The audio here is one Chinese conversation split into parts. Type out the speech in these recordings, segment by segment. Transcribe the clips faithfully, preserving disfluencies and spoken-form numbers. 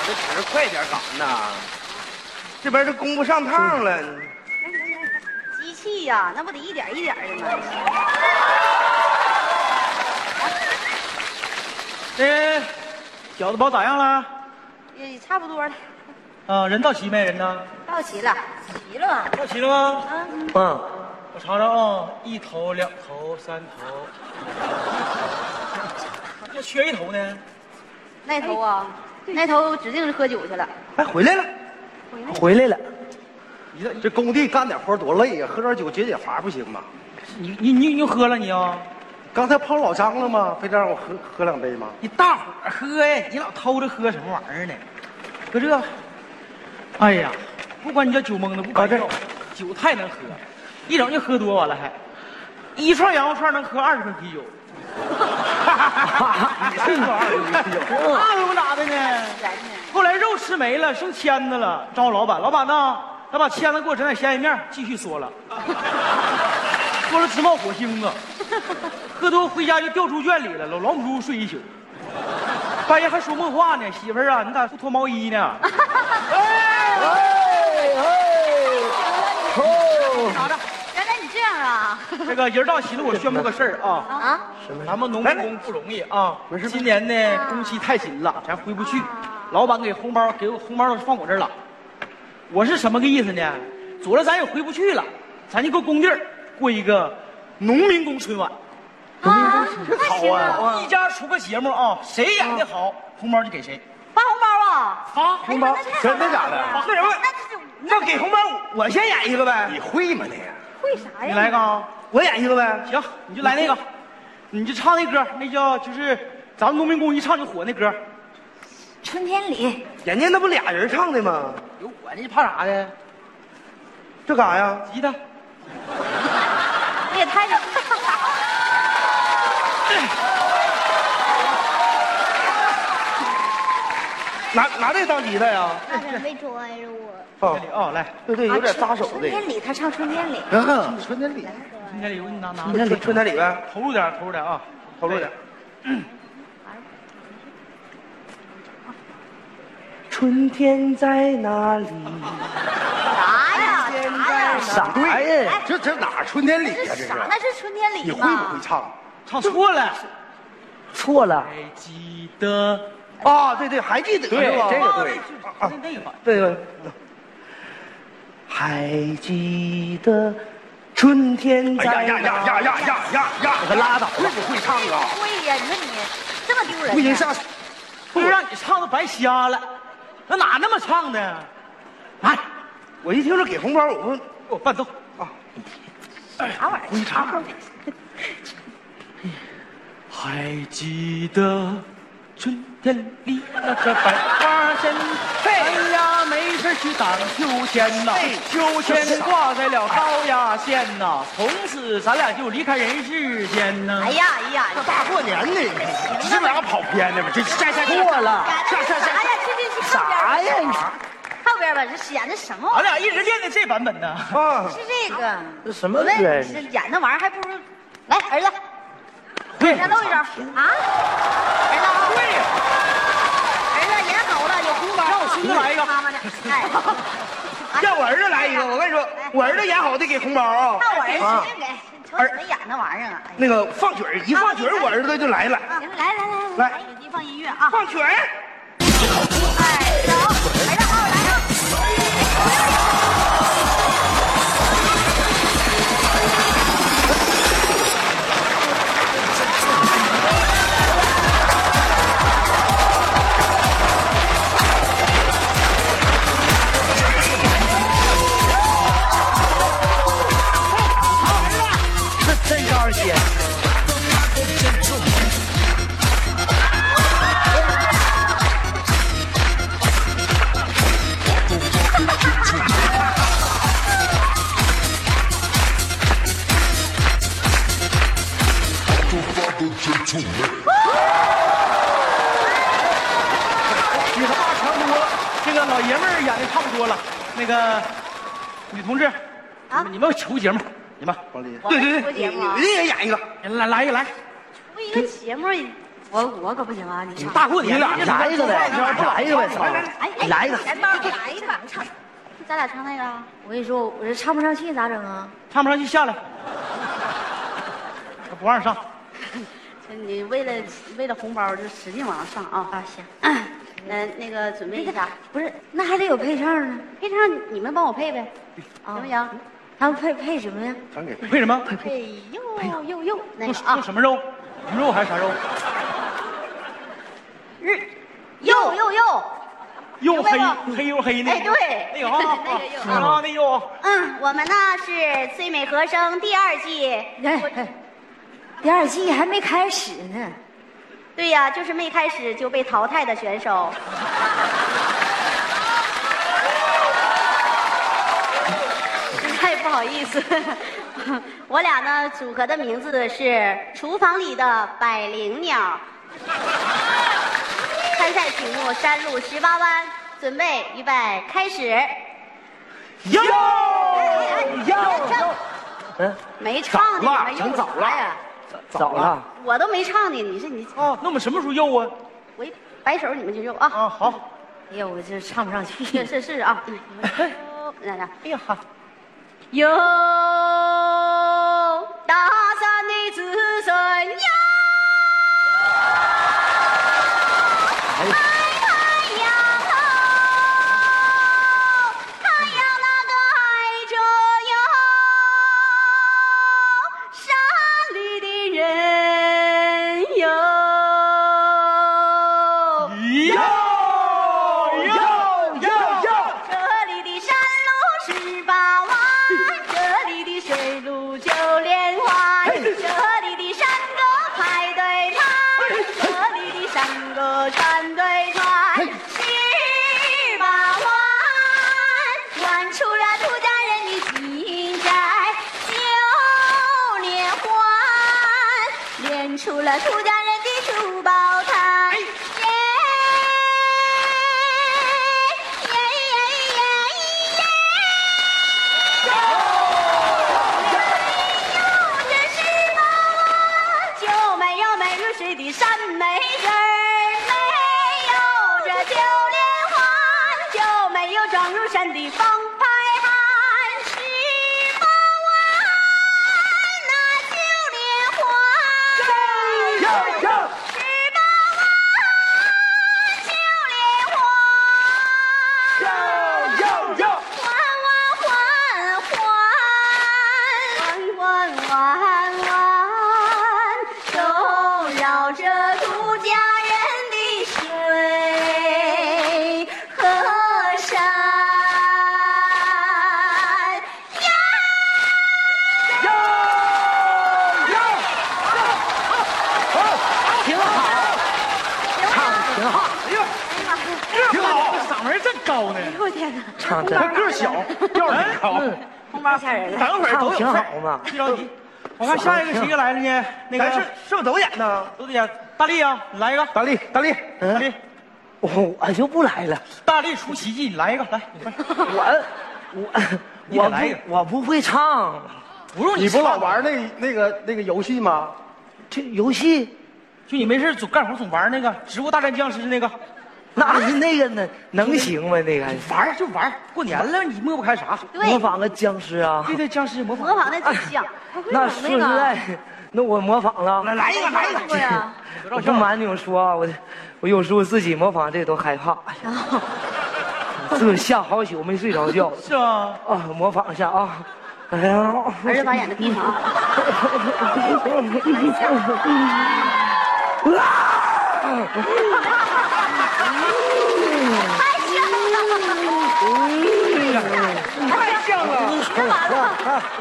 这可是快点赶呐！这边都供不上趟了。 机器呀、啊，那不得一点一点的吗？ 这饺子包咋样了？ 也差不多了。 啊，人到齐没？人呢？ 到齐了，齐了吗？ 到齐了吗？ 嗯。 嗯，我尝尝啊，一头、两头、三头，要缺一头呢？ 那头啊，那头指定是喝酒去了。 哎，回来了， 回来了。 你这这工地干点活多累呀，喝点酒解解乏不行吗？ 你你你你又喝了你啊？ 刚才泡老张了吗？非得让我喝喝两杯吗？ 你大伙儿喝呀，你老偷着喝什么玩意儿呢？喝这，哎呀，不管你叫酒蒙子不管叫，酒太能喝，一整就喝多完了还，一串羊肉串能喝二十瓶啤酒。 你是多二十瓶啤酒？ 那能咋的呢？后来肉吃没了，剩签子了，找我老板，老板呢，他把签子给我整点咸鱼面，继续嗦了，嗦了直冒火星子，喝多回家就掉猪圈里了，老老母猪睡一宿，半夜还说梦话呢，媳妇儿啊，你咋不脱毛衣呢？ 哎哎，哦， 咋的？ 原来你这样啊！ 这个人到齐了，我宣布个事儿啊， 啊！ 咱们农民工不容易啊，今年呢工期太紧了，咱回不去，老板给红包，给我红包都放我这儿了。我是什么个意思呢？走了咱也回不去了，咱就搁工地儿过一个农民工春晚。 啊， 好啊！ 一家出个节目啊，谁演的好，红包就给谁。 发红包啊！ 发红包真的假的？ 那什么， 那这是那给红包，我先演一个呗。你会吗你？ 会啥呀？ 你来个啊， 我演一个呗。 行，你就来那个，你就唱那歌，那叫就是咱们农民工一唱就火那歌。 春天里， 人家那不俩人唱的吗？ 有我呢，怕啥的？ 这干啥呀？ 吉他。 你也太…… 拿拿这当吉他呀？ 差点没拽着我。 哦这里啊，来， 对对，有点扎手的。 春天里，他唱春天里。 嗯，春天里， 春天里有你拿拿， 春天里，春天里呗， 投入点，投入点啊， 投入点。春天在哪里？ 啥呀？啥呀？ 啥呀？这这哪儿春天里呀？这是啥？那是春天里你吗？ 会不会唱？ 唱错了， 错了。 还记得啊，对对，还记得对是吧？ 这个对啊，那那个版， 对对。还记得春天在哪？呀呀呀呀呀呀呀呀！可拉倒，会不会唱啊？ 会呀！你说你这么丢人呢？ 不行，下不是让你唱的白瞎了，那哪那么唱的？来， 我一听说给红包，我给我伴奏啊， 啥玩意儿？ 你唱。 还记得春天里那个百花鲜，咱俩没事去荡秋千呐，秋千挂在了高压线呐，从此咱俩就离开人世间呐。 哎呀哎呀！ 大过年的，你是不是跑偏了吧？这下下错了， 下下下！哎呀，去去去！ 啥呀？ 靠边吧，这演的什么玩意俺俩一直练的这版本呢。 啊儿？是这个。 这什么我歌呀？ 问你，演那玩意儿还不如来儿子， 会先露一招啊！儿子啊， 会， 儿子演好了，有红包。 让我孙子来一个妈妈的，哎， 让我儿子来一个，我跟你说，我儿子演好得给红包啊。 看我儿子直接给，瞅你们演那玩意儿啊！ 那个放曲儿，一放曲儿，我儿子就来了。 行，来来来来，给弟放音乐啊！ 放曲儿。 哎，走，儿子好，来啊！ 这真招人稀。 比他爸强多了，这个老爷们儿演的差不多了。那个女同志， 啊你们求节目，你们王丽，对对对，你你也演一个， 来来一个来， 出一个节目， 我我可不行啊！你唱， 大过年来一个呗，来一个呗，嫂子， 哎， 来一个， 来吧，来一个吧，唱。咱俩唱那个，我跟你说，我这唱不上去咋整啊？ 唱不上去下来，不让上。 你为了为了红包就使劲往上上啊！啊行，那那个准备一下，不是，那还得有配唱呢。配唱你们帮我配呗，行不行？他们配配什么呀？ 咱给配什么？ 配肉肉肉那用个啊用，什么肉？鱼肉还是啥肉？ 日肉肉肉。 又黑明白黑又黑那个。 哎对那个啊， 那个肉啊，那个肉。 嗯，我们呢是《最美和声》第二季。 哎哎，第二季还没开始呢。 对呀，就是没开始就被淘汰的选手。实在不好意思，我俩呢组合的名字是《厨房里的百灵鸟》。参赛曲目《山路十八弯》，准备预备开始。 哟哟，嗯， 没唱呢， 早了你们又整早了啥呀？ 早了， 我都没唱呢，你是你， 啊，那我们什么时候又啊？ 我一摆手你们就肉啊。 啊，好。 哎呀，我这唱不上去。 是是是啊，来来， 哎呀哈， 哟，大山的子孙呀。太阳啊，太阳那个爱着哟，山里的人哟， 哟哟哟哟， 这里的山路十八弯，这里的水路九连环，这里的山歌排队排，这里的山歌船队船，十八弯，弯出了土家人的金寨，九连环，连出了土家人的珠宝台。耶耶耶耶耶！有这十八弯，就没有美如水的山美人儿。没有这九连环，就没有壮如山的方排汉。十八弯，那九连环， 哟哟， 十八弯，九连环。 哟哟哟， 环环环环环环环，都绕着土家人的水和山呀。 哟哟，挺好，唱的挺好， 挺好，嗓门真高呢。 哎呦我天哪！ 唱他的个儿小，调儿挺高。 红包吓人了。 等会儿都有挺好事儿嘛。 别着急，我看下一个谁来了呢？那个咱是是不是都演呢？ 都得演大力啊，你来一个。 大力，大力， 大嗯， 力， 我我就不来了， 大力出奇迹，你来一个，来，你快。 我我我你来一个不我不会唱， 不用你不唱老玩那那个那个游戏吗？ 这游戏就你没事总干活总玩那个《植物大战僵尸》那个， 那是那个能能行吗？那个玩儿就玩儿。过年了，你抹不开啥？ 模对， 仿个僵尸啊对，对，僵尸模仿。 模仿的挺像。 那说实在，那我模仿了。 来一个，来一个。 对呀， 我不瞒你们说啊，我我有时候自己模仿这都害怕，自个吓好久没睡着觉是啊， 啊！模仿一下啊！哎呀， 儿子把眼睛闭上啊。 太像了。 干嘛了？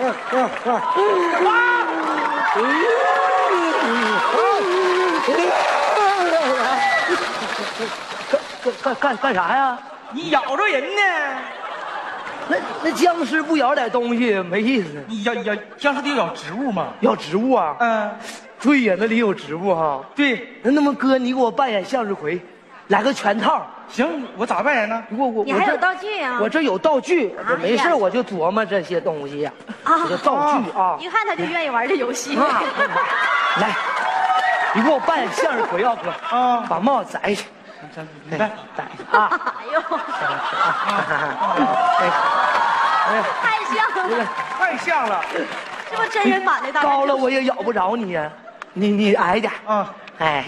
干干干干啥呀？ 你咬着人呢， 那那僵尸不咬点东西没意思。 你咬咬僵尸得咬植物嘛？ 咬植物啊？ 嗯， 对呀，那里有植物哈。 对， 那那么哥，你给我扮演向日葵，来个全套。 行，我咋扮演呢？ 我我你还有我这道具啊？ 我这有道具，我没事哎呀我就琢磨这些东西呀。 啊这个道具啊， 一看他就愿意玩这游戏。 啊来， 你给我扮演相声火药哥啊把帽子摘下， 来摘下啊！ 哎呦，太像了， 太像了这不真人版的大高了我也咬不着你呀，你你矮点， 啊哎，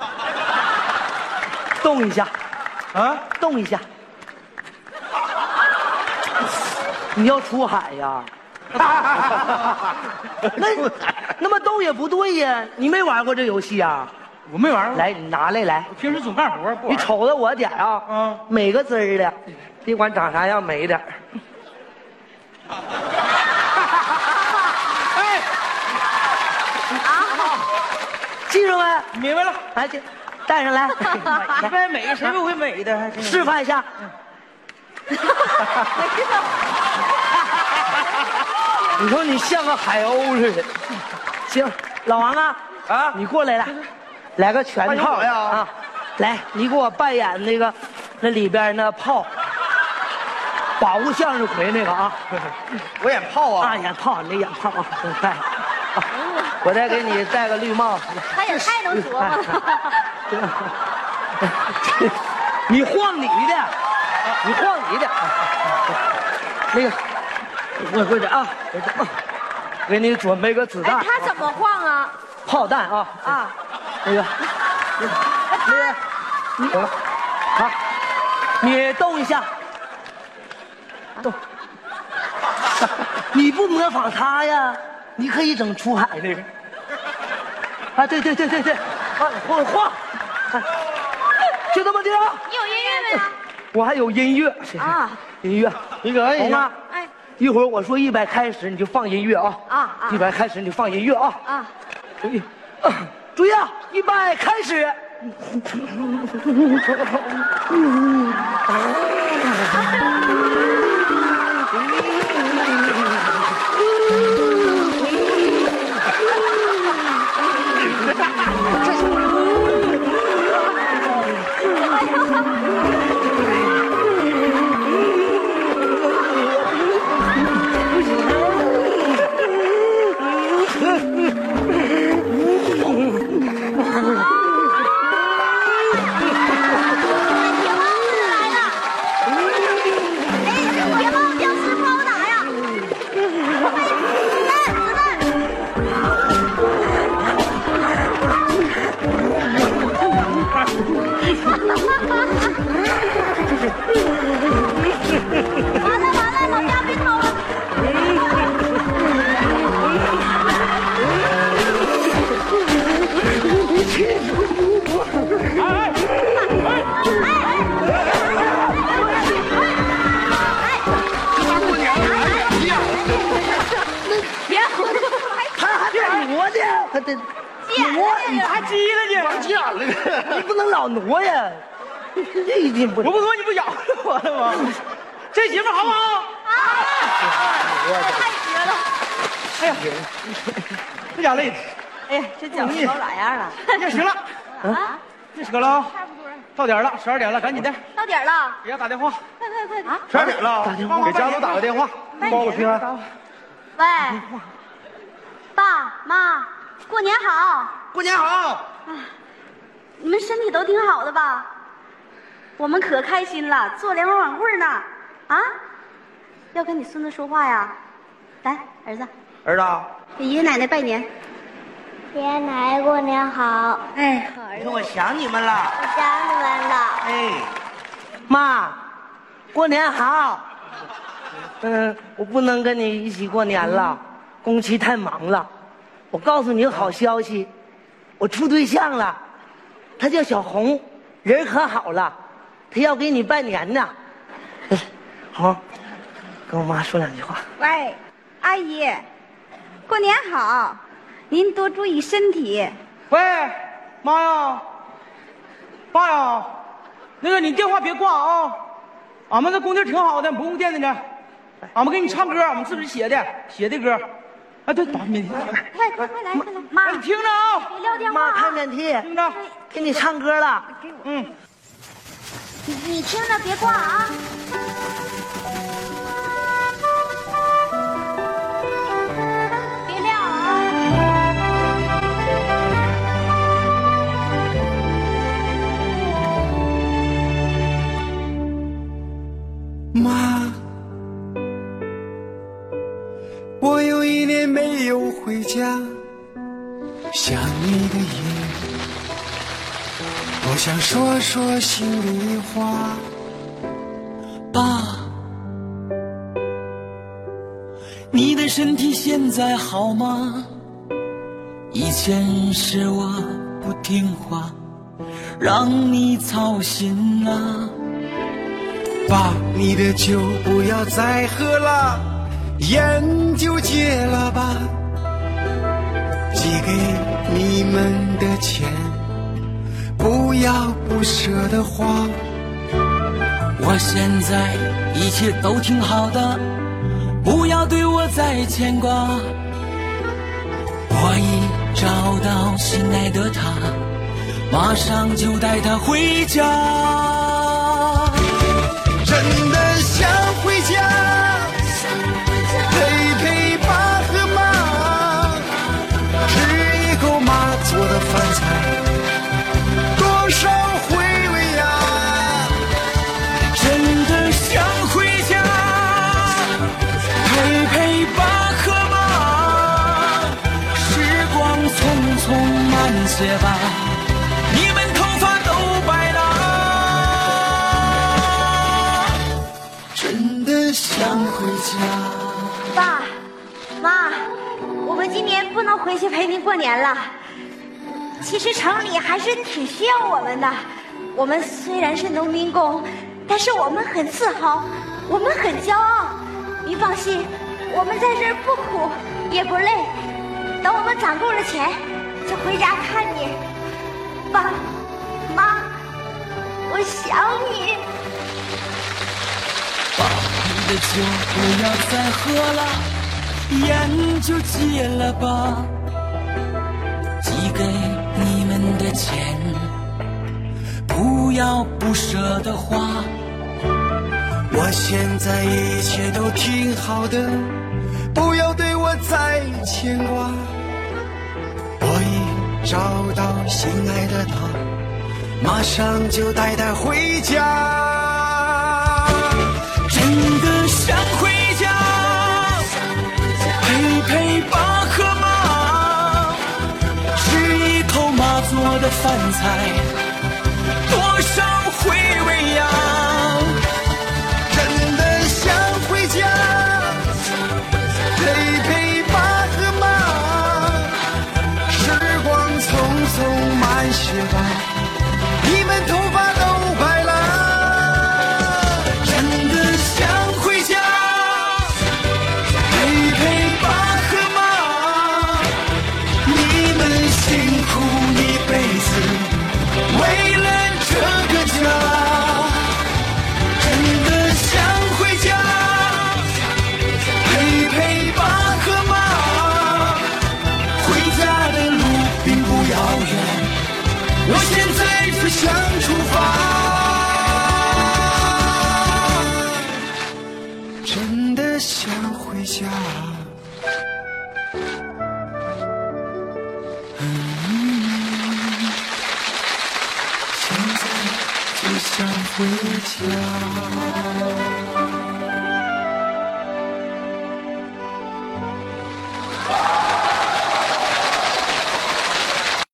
动一下， 啊！ 动一下。你要出海呀？那那么动也不对呀，你没玩过这游戏啊？ 我没玩过， 来，你拿来来， 我平时总干活不玩。 你瞅着我点儿啊， 嗯美个滋儿的，别管长啥样，美一点儿。 哎， 记住没？ 明白了。 来，这带上来， 一般美谁不会美的？还真是示范一下。你说你像个海鸥似的。行，老王啊， 啊， 你过来来，来个全套扮演我呀啊！来，你给我扮演那个那里边那炮，保护向日葵那个啊。 我演炮啊啊，演炮，你得演炮啊！来，啊我再给你戴个绿帽子。 他也太能琢磨了。 你晃你的，你晃你的。那个，我过去啊，我这啊，给你准备个子弹哎，，他怎么晃啊？ 炮弹啊啊， 那个，那个，你行了，好，你动一下，动。你不模仿他呀？你可以整出海那个。啊，对对对对对，啊，晃晃，啊就这么的。 你有音乐没有？ 我还有音乐啊， 音乐， 那个红啊， 哎， 一会儿我说预备开始，你就放音乐啊。 啊啊预备开始，你就放音乐啊。 啊， 注意，啊注意啊！预备开始。 别忘僵尸不好打呀！子弹子弹！完了完了，老家被偷了！ 别， 他还得挪呢，他得挪，你还急了往你？ 前了， 你不能老挪呀，这一定不我不说你不咬着我了吗？这媳妇好不好？ 太绝了！ 哎呀，这家累的， 哎呀，这脚都咋样了？ 也行了， 啊， 别扯了啊！到点了，十二点了，赶紧的， 到点了， 给家打电话。 快快快！啊， 十二点了，给家都打个电话，报个平安。 喂，爸妈，过年好！ 过年好， 你们身体都挺好的吧？我们可开心了，做联欢晚会呢。啊，要跟你孙子说话呀？来，儿子， 儿子， 给爷爷奶奶拜年。 爷爷奶奶过年好， 哎，好儿子， 我想你们了。 我想你们了。 哎，妈，过年好。嗯，我不能跟你一起过年了，工期太忙了。我告诉你个好消息，我处对象了，他叫小红，人可好了，他要给你拜年呢。红，跟我妈说两句话。 喂，阿姨，过年好，您多注意身体。 喂，妈呀，爸呀，那个你电话别挂啊，俺们这工地挺好的，不用电的呢。俺们给你唱歌，俺们自己写的，写的歌。哎，对，打免提， 快快快来快来， 妈，你听着啊， 别撂电话妈，开啊！ 免提， 听着， 给你唱歌了。 嗯。 你你听着，别挂啊！别撂啊！ 妈，我有一年没有回家，想你的夜，我想说说心里话。爸，你的身体现在好吗？以前是我不听话，让你操心了。爸，你的酒不要再喝了，烟就戒了吧。寄给你们的钱不要不舍得花。我现在一切都挺好的，不要对我再牵挂。我已找到心爱的他，马上就带他回家。真的想回家，陪陪爸和妈，吃一口妈做的饭菜，多少回味呀。真的想回家，陪陪爸和妈，时光匆匆慢些吧，你们头发都白了。真的想回家。 爸妈，我们今年不能回去陪您过年了。其实城里还是挺需要我们的，我们虽然是农民工，但是我们很自豪，我们很骄傲。您放心，我们在这儿不苦也不累，等我们攒够了钱就回家看你。爸妈，我想你。 爸，你的酒不要再喝了，烟就戒了吧。寄给你们的钱不要不舍得花。我现在一切都挺好的，不要对我再牵挂。我已找到心爱的他，马上就带他回家。真的想回家，陪陪爸和妈，吃一口妈做的饭菜，多少回味呀。真的想回家，陪陪爸和妈，时光匆匆慢些吧，你们头发都白了。真的想回家，陪陪爸和妈，你们辛苦一辈子，为了这个家。真的想回家，陪陪爸和妈，回家的路并不遥远，我现在就想出发。真的想回家，嗯，现在就想回家。